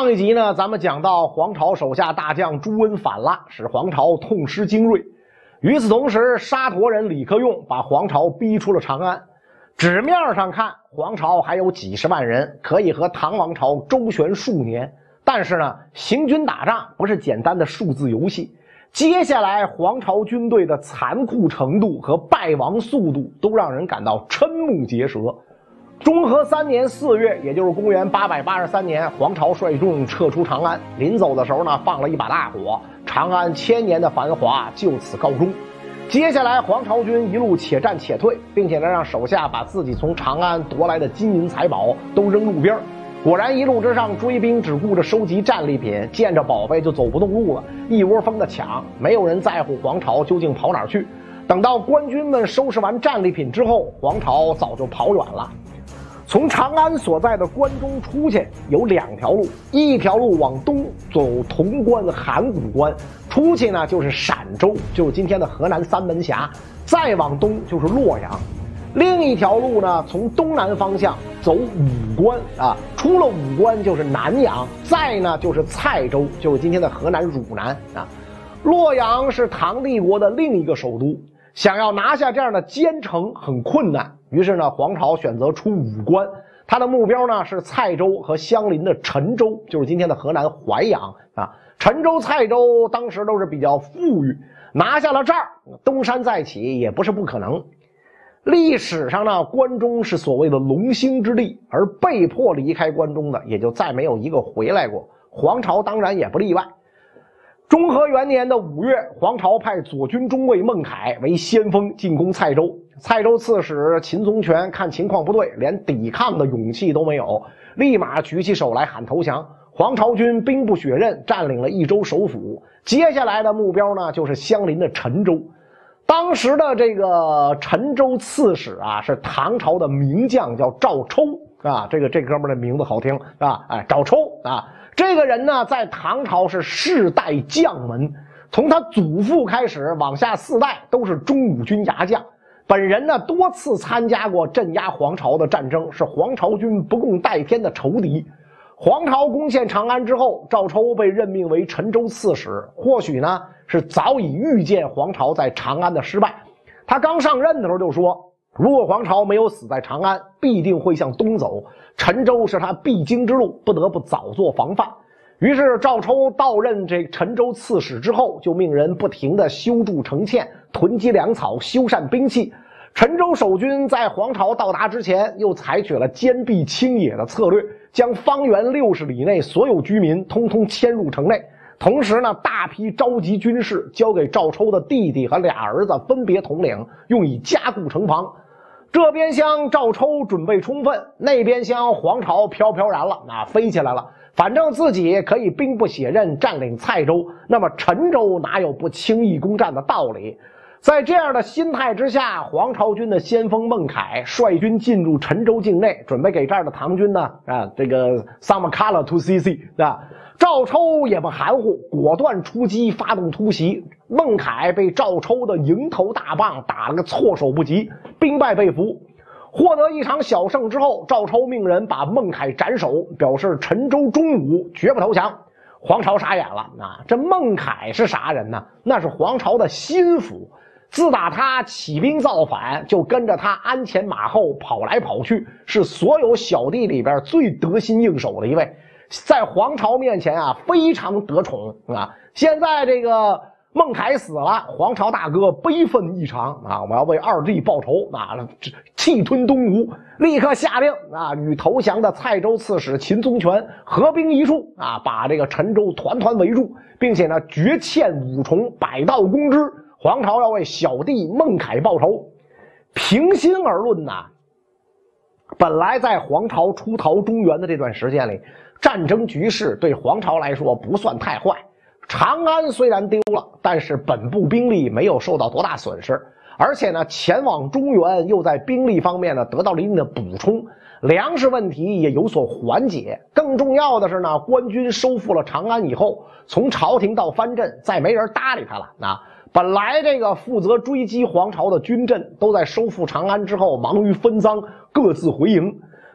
上一集呢，咱们讲到黄巢手下大将朱温反了，使黄巢痛失精锐。与此同时，沙陀人李克用把黄巢逼出了长安。纸面上看，黄巢还有几十万人，可以和唐王朝周旋数年。但是呢，行军打仗不是简单的数字游戏。接下来黄巢军队的残酷程度和败亡速度都让人感到瞠目结舌。中和3年4月，也就是公元883年，黄巢率众撤出长安。临走的时候呢，放了一把大火，长安1000年的繁华就此告终。接下来，黄巢军一路且战且退，并且呢，让手下把自己从长安夺来的金银财宝都扔路边。果然，一路之上，追兵只顾着收集战利品，见着宝贝就走不动路了，一窝蜂的抢，没有人在乎黄巢究竟跑哪儿去。等到官军们收拾完战利品之后，黄巢早就跑远了。从长安所在的关中出去有2条路，一条路往东走潼关、函谷关，出去呢就是陕州，就是今天的河南三门峡，再往东就是洛阳。另一条路呢，从东南方向走武关啊，出了武关就是南阳，再呢就是蔡州，就是今天的河南汝南啊。洛阳是唐帝国的另一个首都，想要拿下这样的坚城很困难。于是呢，黄巢选择出武关，他的目标呢是蔡州和相邻的陈州，就是今天的河南淮阳啊。陈州、蔡州当时都是比较富裕，拿下了这儿，东山再起也不是不可能。历史上呢，关中是所谓的龙兴之地，而被迫离开关中的也就再没有一个回来过。黄巢当然也不例外。中和元年的5月，黄巢派左军中尉孟凯为先锋进攻蔡州。蔡州刺史秦宗权看情况不对，连抵抗的勇气都没有，立马举起手来喊投降。黄巢军兵不血刃，占领了益州首府。接下来的目标呢，就是相邻的陈州。当时的这个陈州刺史啊，是唐朝的名将，叫赵抽啊。这哥们儿的名字好听啊，赵抽啊。这个人呢，在唐朝是世代将门，从他祖父开始往下4代都是中武军牙将。本人呢，多次参加过镇压黄巢的战争，是黄巢军不共戴天的仇敌。黄巢攻陷长安之后，赵抽被任命为陈州刺史，或许呢是早已预见黄巢在长安的失败。他刚上任的时候就说，如果黄巢没有死在长安，必定会向东走，陈州是他必经之路，不得不早做防范。于是赵抽到任这陈州刺史之后，就命人不停地修筑城堑，囤积粮草，修缮兵器。陈州守军在黄巢到达之前，又采取了坚壁清野的策略，将方圆60里内所有居民通通迁入城内。同时呢，大批召集军士交给赵抽的弟弟和俩儿子分别统领，用以加固城防。这边厢赵抽准备充分，那边厢黄巢飘飘然了啊，飞起来了。反正自己可以兵不血刃占领蔡州，那么陈州哪有不轻易攻占的道理？在这样的心态之下，黄巢军的先锋孟凯率军进入陈州境内，准备给这儿的唐军呢这个 some color to see 啊。赵抽也不含糊，果断出击，发动突袭。孟凯被赵抽的迎头大棒打了个措手不及，兵败被俘。获得一场小胜之后，赵抽命人把孟凯斩首，表示陈州忠武，绝不投降。黄巢傻眼了啊！这孟凯是啥人呢？那是黄巢的心腹。自打他起兵造反，就跟着他鞍前马后跑来跑去，是所有小弟里边最得心应手的一位，在黄巢面前啊非常得宠啊。现在这个孟凯死了，黄巢大哥悲愤异常啊！我要为二弟报仇啊！气吞东吴，立刻下令啊，与投降的蔡州刺史秦宗权合兵一处啊，把这个陈州团团围住，并且呢决欠5重百道公之。黄巢要为小弟孟凯报仇。平心而论呐，本来在黄巢出逃中原的这段时间里，战争局势对黄巢来说不算太坏。长安虽然丢了，但是本部兵力没有受到多大损失，而且呢，前往中原又在兵力方面呢得到了一定的补充，粮食问题也有所缓解。更重要的是呢，官军收复了长安以后，从朝廷到藩镇再没人搭理他了啊。本来这个负责追击黄巢的军镇都在收复长安之后忙于分赃，各自回营。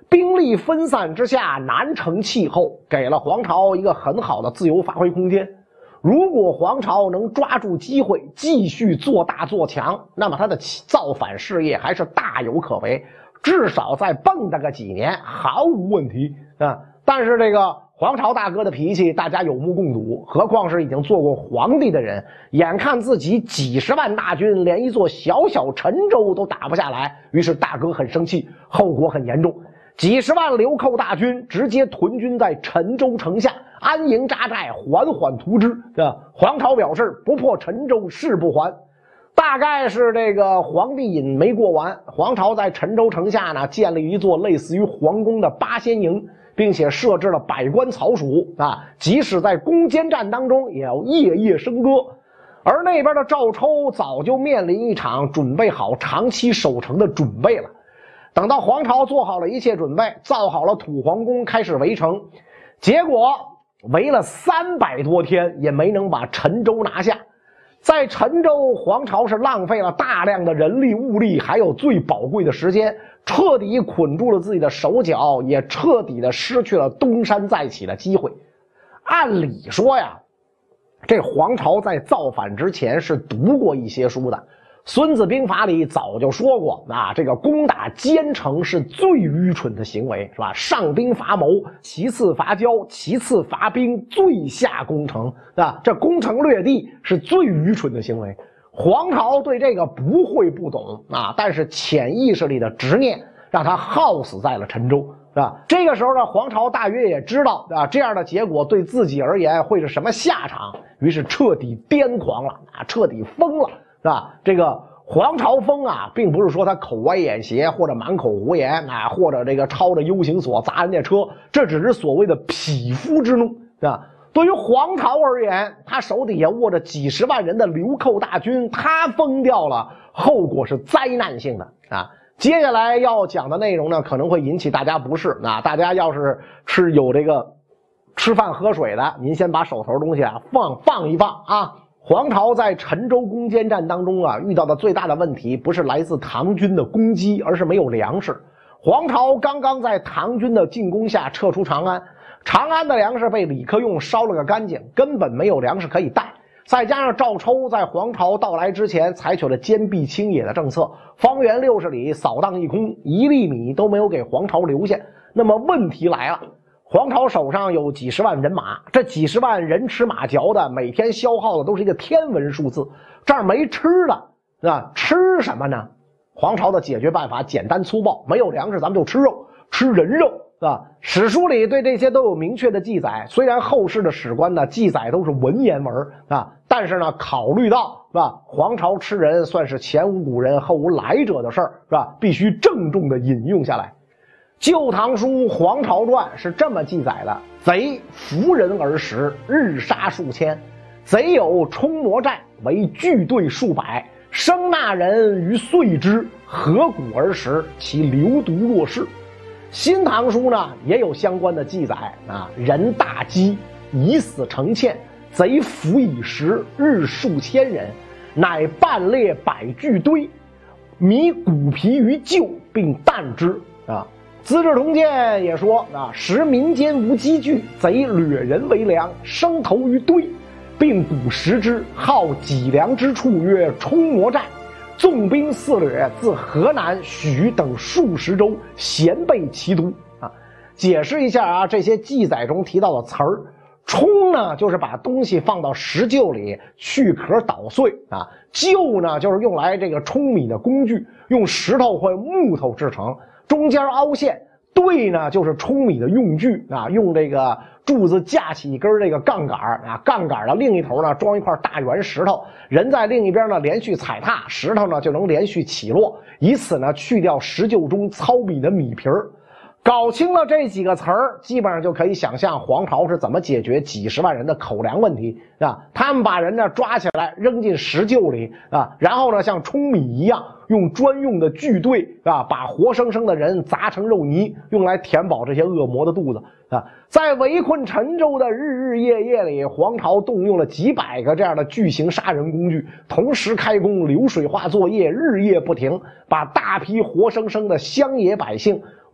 兵力分散之下难成气候，给了黄巢一个很好的自由发挥空间。如果黄巢能抓住机会继续做大做强，那么他的造反事业还是大有可为，至少再蹦跶个几年毫无问题啊。但是这个黄巢大哥的脾气大家有目共睹，何况是已经做过皇帝的人，眼看自己几十万大军连一座小小陈州都打不下来，于是大哥很生气，后果很严重。几十万流寇大军直接屯军在陈州城下，安营扎寨，缓缓图之。黄巢表示不破陈州誓不还。大概是这个皇帝瘾没过完，黄巢在陈州城下呢建立一座类似于皇宫的八仙营，并且设置了百官草署啊，即使在攻坚战当中也要夜夜笙歌。而那边的赵抽早就面临一场准备好长期守城的准备了。等到黄巢做好了一切准备，造好了土皇宫，开始围城，结果围了300多天也没能把陈州拿下。在陈州，黄巢是浪费了大量的人力物力，还有最宝贵的时间，彻底捆住了自己的手脚，也彻底的失去了东山再起的机会。按理说呀，这黄巢在造反之前是读过一些书的，孙子兵法里早就说过啊，这个攻打坚城是最愚蠢的行为，是吧？上兵伐谋，其次伐交，其次伐兵，最下攻城，啊，这攻城略地是最愚蠢的行为。黄巢对这个不会不懂啊，但是潜意识里的执念让他耗死在了陈州，是吧？这个时候呢，黄巢大约也知道啊，这样的结果对自己而言会是什么下场，于是彻底癫狂了啊，彻底疯了。是吧？这个黄巢疯啊，并不是说他口歪眼斜或者满口胡言啊，或者这个抄着 U 型锁砸人家车，这只是所谓的匹夫之怒，是吧？对于黄巢而言，他手底下握着几十万人的流寇大军，他疯掉了，后果是灾难性的啊！接下来要讲的内容呢，可能会引起大家不适啊！大家要是有这个吃饭喝水的，您先把手头东西啊放一放啊！黄巢在陈州攻坚战当中啊，遇到的最大的问题不是来自唐军的攻击，而是没有粮食。黄巢刚刚在唐军的进攻下撤出长安，长安的粮食被李克用烧了个干净，根本没有粮食可以带。再加上赵抽在黄巢到来之前采取了坚壁清野的政策，方圆60里扫荡一空，1粒米都没有给黄巢留下。那么问题来了，黄巢手上有几十万人马，这几十万人吃马嚼的，每天消耗的都是一个天文数字，这儿没吃的，是吧？吃什么呢？黄巢的解决办法简单粗暴，没有粮食咱们就吃肉，吃人肉，是吧？史书里对这些都有明确的记载，虽然后世的史官呢记载都是文言文啊，但是呢考虑到是吧，黄巢吃人算是前无古人后无来者的事儿，是吧？必须郑重的引用下来。《旧唐书·黄巢传》是这么记载的：贼伏人而食，日杀数千。贼有冲魔寨，为巨队数百，生纳人于岁之，合谷而食，其流毒若是。新唐书呢也有相关的记载啊，人大饥，以死成堑，贼伏以食，日数千人，乃半列百具堆，迷骨皮于臼，并啖之啊。资治通鉴也说啊，时民间无积聚，贼掠人为粮，生投于堆，并鼓食之，好脊梁之处曰冲魔寨。纵兵4掠，自河南、许等数十州，咸备其都啊。解释一下啊，这些记载中提到的词儿。冲呢，就是把东西放到石臼里去壳捣碎啊；臼呢，就是用来这个冲米的工具，用石头或木头制成，中间凹陷。对呢，就是冲米的用具啊，用这个柱子架起一根这个杠杆啊，杠杆的另一头呢装一块大圆石头，人在另一边呢连续踩踏，石头呢就能连续起落，以此呢去掉石臼中糙米的米皮儿。搞清了这几个词儿，基本上就可以想象黄巢是怎么解决几十万人的口粮问题啊！他们把人呢抓起来扔进石臼里啊，然后呢像冲米一样，用专用的锯队啊，把活生生的人砸成肉泥，用来填饱这些恶魔的肚子啊！在围困陈州的日日夜夜里，黄巢动用了几百个这样的巨型杀人工具，同时开工，流水化作业，日夜不停，把大批活生生的乡野百姓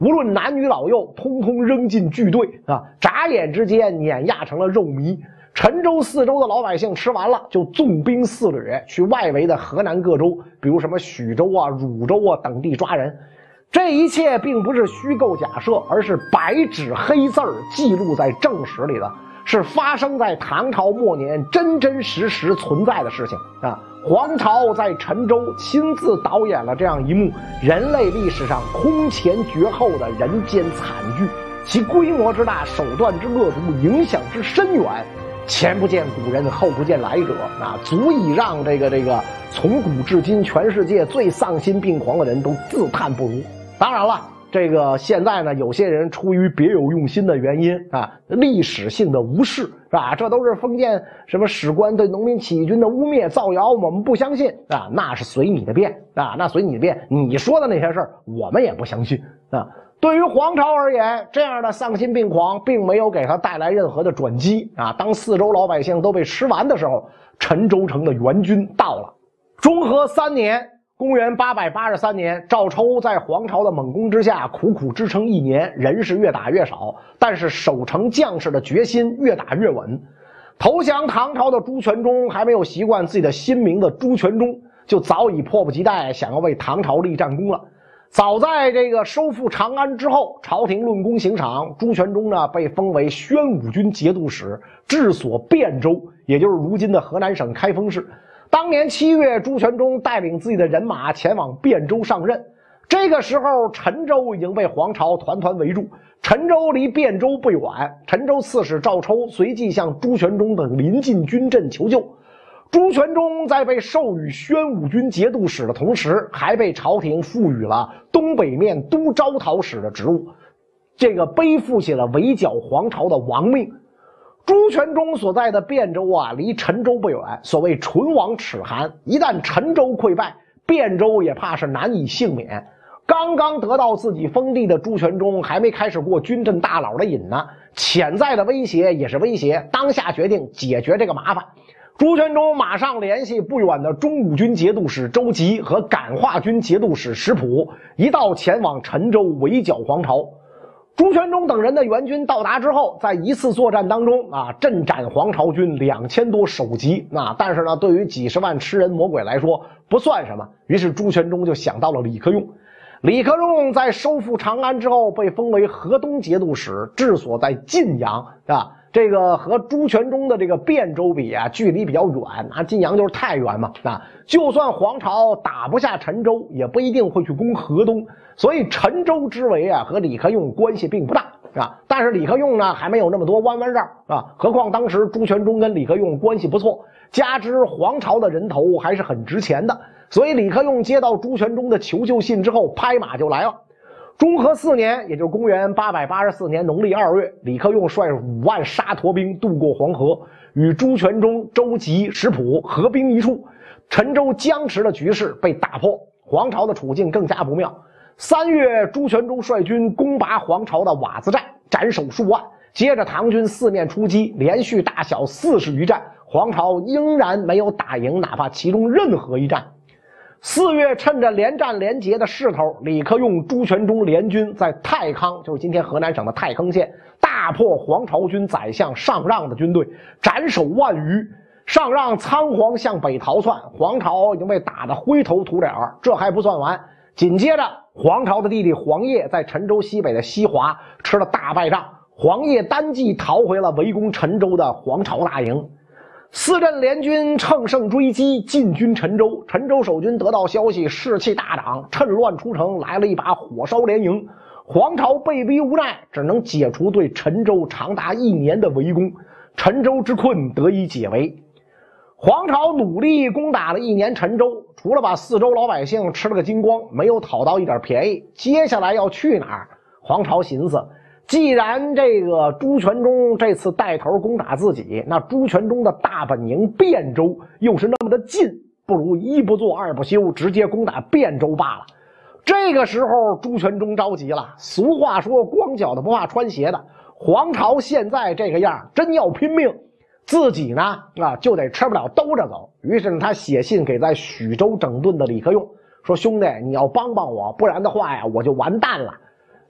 无论男女老幼，通通扔进巨堆啊！眨眼之间碾压成了肉糜。陈州四周的老百姓吃完了，就纵兵四掠去外围的河南各州，比如什么许州啊、汝州啊等地抓人。这一切并不是虚构假设，而是白纸黑字记录在正史里的，是发生在唐朝末年真真实实存在的事情啊！黄巢在陈州亲自导演了这样一幕人类历史上空前绝后的人间惨剧，其规模之大，手段之恶毒，影响之深远，前不见古人，后不见来者啊，足以让这个从古至今全世界最丧心病狂的人都自叹不如。当然了，这个现在呢，有些人出于别有用心的原因啊，历史性的无视，是吧？这都是封建什么史官对农民起义军的污蔑造谣，我们不相信啊，那是随你的便啊，那随你的便，你说的那些事儿我们也不相信啊。对于黄巢而言，这样的丧心病狂并没有给他带来任何的转机啊。当四周老百姓都被吃完的时候，陈州城的援军到了。中和3年。公元883年，赵抽在黄巢的猛攻之下苦苦支撑1年，人是越打越少，但是守城将士的决心越打越稳。投降唐朝的朱全忠还没有习惯自己的新名字朱全忠，就早已迫不及待想要为唐朝立战功了。早在这个收复长安之后，朝廷论功行赏，朱全忠呢被封为宣武军节度使，治所汴州，也就是如今的河南省开封市。当年7月，朱全忠带领自己的人马前往汴州上任。这个时候，陈州已经被黄巢团团围住。陈州离汴州不远，陈州刺史赵抽随即向朱全忠等临近军阵求救。朱全忠在被授予宣武军节度使的同时，还被朝廷赋予了东北面都招讨使的职务，这个背负起了围剿黄巢的亡命。朱全忠所在的汴州啊，离陈州不远，所谓唇亡齿寒，一旦陈州溃败，汴州也怕是难以幸免。刚刚得到自己封地的朱全忠还没开始过军阵大佬的瘾呢，潜在的威胁也是威胁，当下决定解决这个麻烦。朱全忠马上联系不远的中武军节度使周吉和感化军节度使石普，一道前往陈州围剿黄巢。朱全忠等人的援军到达之后，在一次作战当中啊，阵斩黄巢军2000多首级啊，但是呢，对于几十万吃人魔鬼来说不算什么。于是朱全忠就想到了李克用。李克用在收复长安之后被封为河东节度使，治所在晋阳啊。这个和朱全忠的这个汴州比啊，距离比较远啊，晋阳就是太原嘛啊。就算黄巢打不下陈州，也不一定会去攻河东，所以陈州之围啊，和李克用关系并不大啊。但是李克用呢，还没有那么多弯弯绕啊。何况当时朱全忠跟李克用关系不错，加之黄巢的人头还是很值钱的，所以李克用接到朱全忠的求救信之后，拍马就来了。中和4年，也就是公元884年农历2月，李克用率5万沙陀兵渡过黄河，与朱全忠、周吉、石普合兵一处。陈州僵持的局势被打破，黄巢的处境更加不妙。3月，朱全忠率军攻拔黄巢的瓦子寨，斩首数万。接着唐军四面出击，连续大小40余战，黄巢仍然没有打赢哪怕其中任何一战。4月，趁着连战连捷的势头，李克用、朱全忠联军在太康，就是今天河南省的太康县，大破黄巢军宰相上让的军队，斩首万余。上让仓皇向北逃窜，黄巢已经被打得灰头土脸。这还不算完，紧接着黄巢的弟弟黄业在陈州西北的西华吃了大败仗，黄业单骑逃回了围攻陈州的黄巢大营。4镇联军乘胜追击，进军陈州。陈州守军得到消息，士气大涨，趁乱出城，来了一把火烧连营。黄巢被逼无奈，只能解除对陈州长达1年的围攻，陈州之困得以解围。黄巢努力攻打了1年陈州，除了把4州老百姓吃了个精光，没有讨到一点便宜。接下来要去哪儿？黄巢寻思，既然这个朱全忠这次带头攻打自己，那朱全忠的大本营汴州又是那么的近，不如一不做二不休，直接攻打汴州罢了。这个时候朱全忠着急了，俗话说光脚的不怕穿鞋的，黄巢现在这个样，真要拼命，自己呢就得吃不了兜着走。于是他写信给在许州整顿的李克用，说兄弟，你要帮帮我，不然的话呀，我就完蛋了。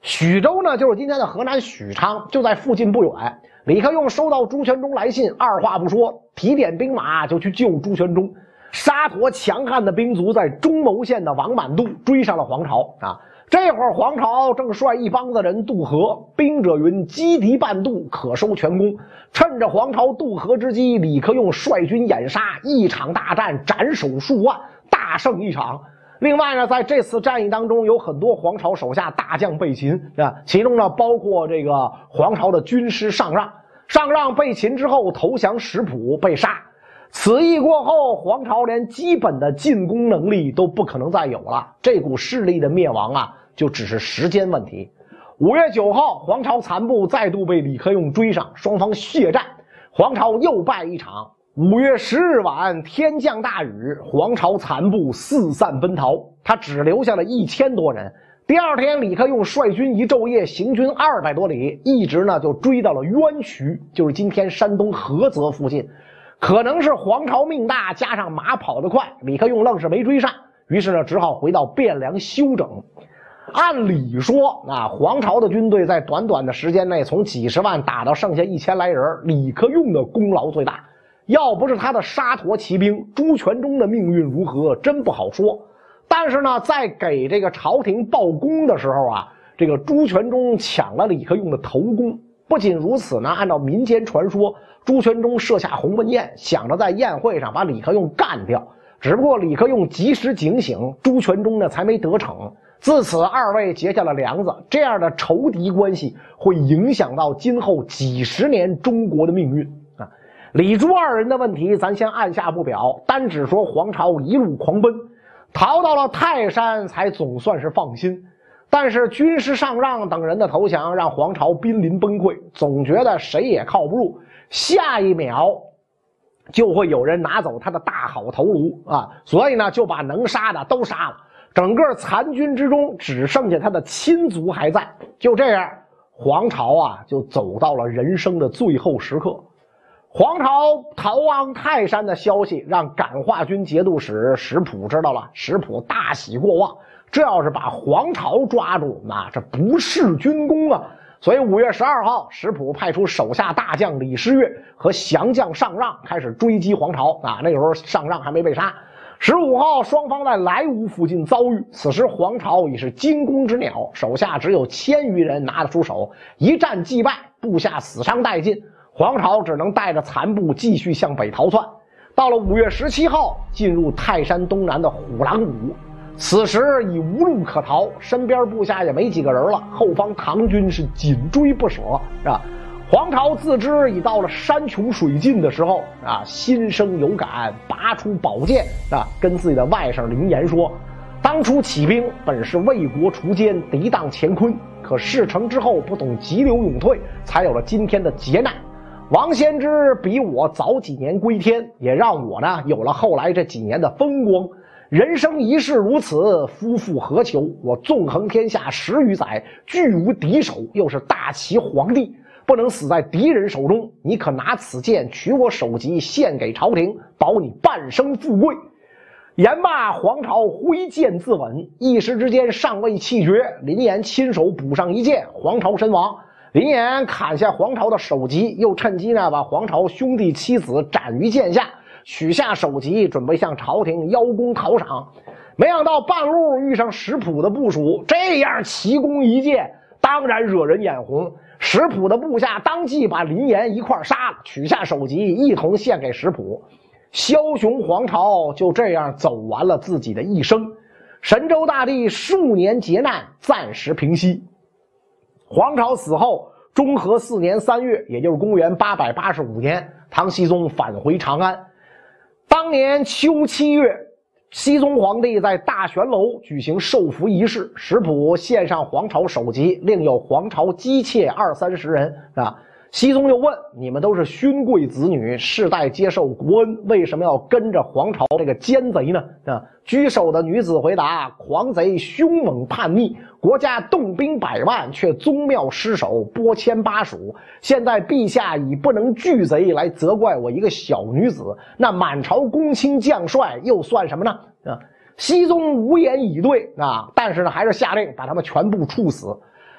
许州呢，就是今天的河南许昌，就在附近不远。李克用收到朱全忠来信，二话不说，提点兵马就去救朱全忠。沙陀强悍的兵卒在中牟县的王满渡追上了黄巢啊！这会儿黄巢正率一帮子人渡河，兵者云：击敌半渡，可收全功。趁着黄巢渡河之机，李克用率军掩杀，一场大战斩首数万，大胜一场。另外呢，在这次战役当中，有很多黄巢手下大将被擒啊，其中呢包括这个黄巢的军师上让。上让被擒之后投降石浦被杀。此役过后，黄巢连基本的进攻能力都不可能再有了，这股势力的灭亡啊，就只是时间问题。5月9号，黄巢残部再度被李克用追上，双方血战，黄巢又败一场。5月10日晚，天降大雨，黄巢残部四散奔逃，他只留下了1000多人。第二天，李克用率军一昼夜行军200多里，一直呢就追到了渊渠，就是今天山东菏泽附近。可能是黄巢命大，加上马跑得快，李克用愣是没追上，于是呢只好回到汴梁休整。按理说啊，黄巢的军队在短短的时间内从几十万打到剩下1000来人，李克用的功劳最大。要不是他的沙陀骑兵，朱全忠的命运如何真不好说。但是呢，在给这个朝廷报功的时候啊，这个朱全忠抢了李克用的头功。不仅如此呢，按照民间传说，朱全忠设下鸿门宴，想着在宴会上把李克用干掉。只不过李克用及时警醒，朱全忠呢才没得逞。自此二位结下了梁子，这样的仇敌关系会影响到今后几十年中国的命运啊。李朱二人的问题咱先按下不表，单只说黄巢一路狂奔，逃到了泰山才总算是放心。但是军师上让等人的投降让黄巢濒临崩溃，总觉得谁也靠不住，下一秒就会有人拿走他的大好头颅啊！所以呢，就把能杀的都杀了。整个残军之中只剩下他的亲族还在。就这样，黄巢啊就走到了人生的最后时刻。黄巢逃亡泰山的消息让感化军节度使石浦知道了，石浦大喜过望。这要是把黄巢抓住，那这不是军功啊！所以5月12号，石浦派出手下大将李师岳和降将上让开始追击黄巢啊。那个时候上让还没被杀。15号，双方在莱芜附近遭遇，此时黄巢已是惊弓之鸟，手下只有1000余人拿得出手，一战即败，部下死伤殆尽。黄巢只能带着残部继续向北逃窜。到了5月17号，进入泰山东南的虎狼谷。此时已无路可逃，身边部下也没几个人了，后方唐军是紧追不舍，是吧？黄巢自知已到了山穷水尽的时候啊，心生有感，拔出宝剑啊，跟自己的外甥林岩说：“当初起兵本是为国除奸，涤荡乾坤，可事成之后不懂急流勇退，才有了今天的劫难。王先知比我早几年归天，也让我呢有了后来这几年的风光。人生一世如此，夫复何求？我纵横天下10余载，俱无敌手，又是大齐皇帝，不能死在敌人手中。你可拿此剑取我首级，献给朝廷，保你半生富贵。”言罢，黄巢挥剑自刎，一时之间尚未气绝，林岩亲手补上一剑，黄巢身亡。林岩砍下黄巢的首级，又趁机呢把黄巢兄弟妻子斩于剑下，取下首级，准备向朝廷邀功讨赏。没想到半路遇上石浦的部署，这样奇功一见，当然惹人眼红。石浦的部下当即把林岩一块杀了，取下首级，一同献给石浦。枭雄黄巢就这样走完了自己的一生。神州大地数年劫难暂时平息。黄巢死后，中和4年3月，也就是公元885年，唐僖宗返回长安。当年秋7月，僖宗皇帝在大玄楼举行授符仪式，石浦献上黄巢首级，另有黄巢姬妾20-30人啊。僖宗又问：“你们都是勋贵子女，世代接受国恩，为什么要跟着黄巢这个奸贼呢？”啊，居首的女子回答：“狂贼凶猛叛逆，国家动兵100万，却宗庙失守，拨迁巴蜀。现在陛下以不能拒贼来责怪我一个小女子，那满朝公卿将帅又算什么呢？”啊，僖宗无言以对啊，但是呢，还是下令把他们全部处死。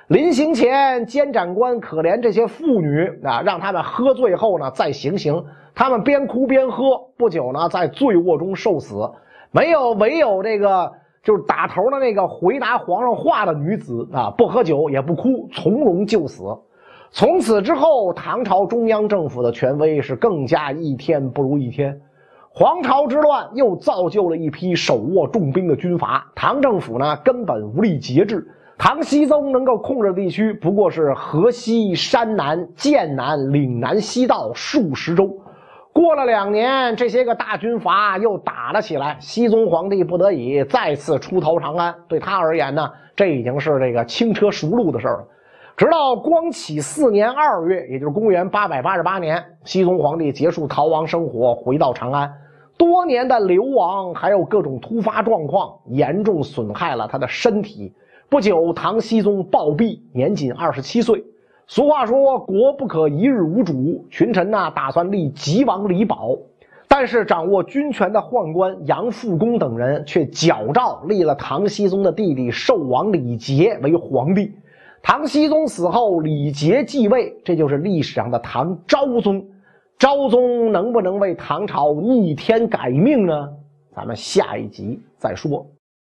临行前，监斩官可怜这些妇女啊，让他们喝醉后呢再行刑。他们边哭边喝，不久呢在醉卧中受死。唯有这个就是打头的那个回答皇上话的女子啊，不喝酒也不哭，从容就死。从此之后，唐朝中央政府的权威是更加一天不如一天。黄巢之乱又造就了一批手握重兵的军阀，唐政府呢根本无力节制。唐僖宗能够控制的地区不过是河西、山南、剑南、岭南西道数十州。过了2年，这些个大军阀又打了起来，僖宗皇帝不得已再次出逃长安。对他而言呢，这已经是这个轻车熟路的事了。直到光启4年2月，也就是公元888年，僖宗皇帝结束逃亡生活，回到长安。多年的流亡还有各种突发状况，严重损害了他的身体。不久，唐僖宗暴毙，年仅27岁。俗话说，国不可一日无主，群臣呢打算立吉王李宝，但是掌握军权的宦官杨复恭等人却矫诏立了唐僖宗的弟弟寿王李桀为皇帝。唐僖宗死后，李桀继位，这就是历史上的唐昭宗。昭宗能不能为唐朝逆天改命呢？咱们下一集再说。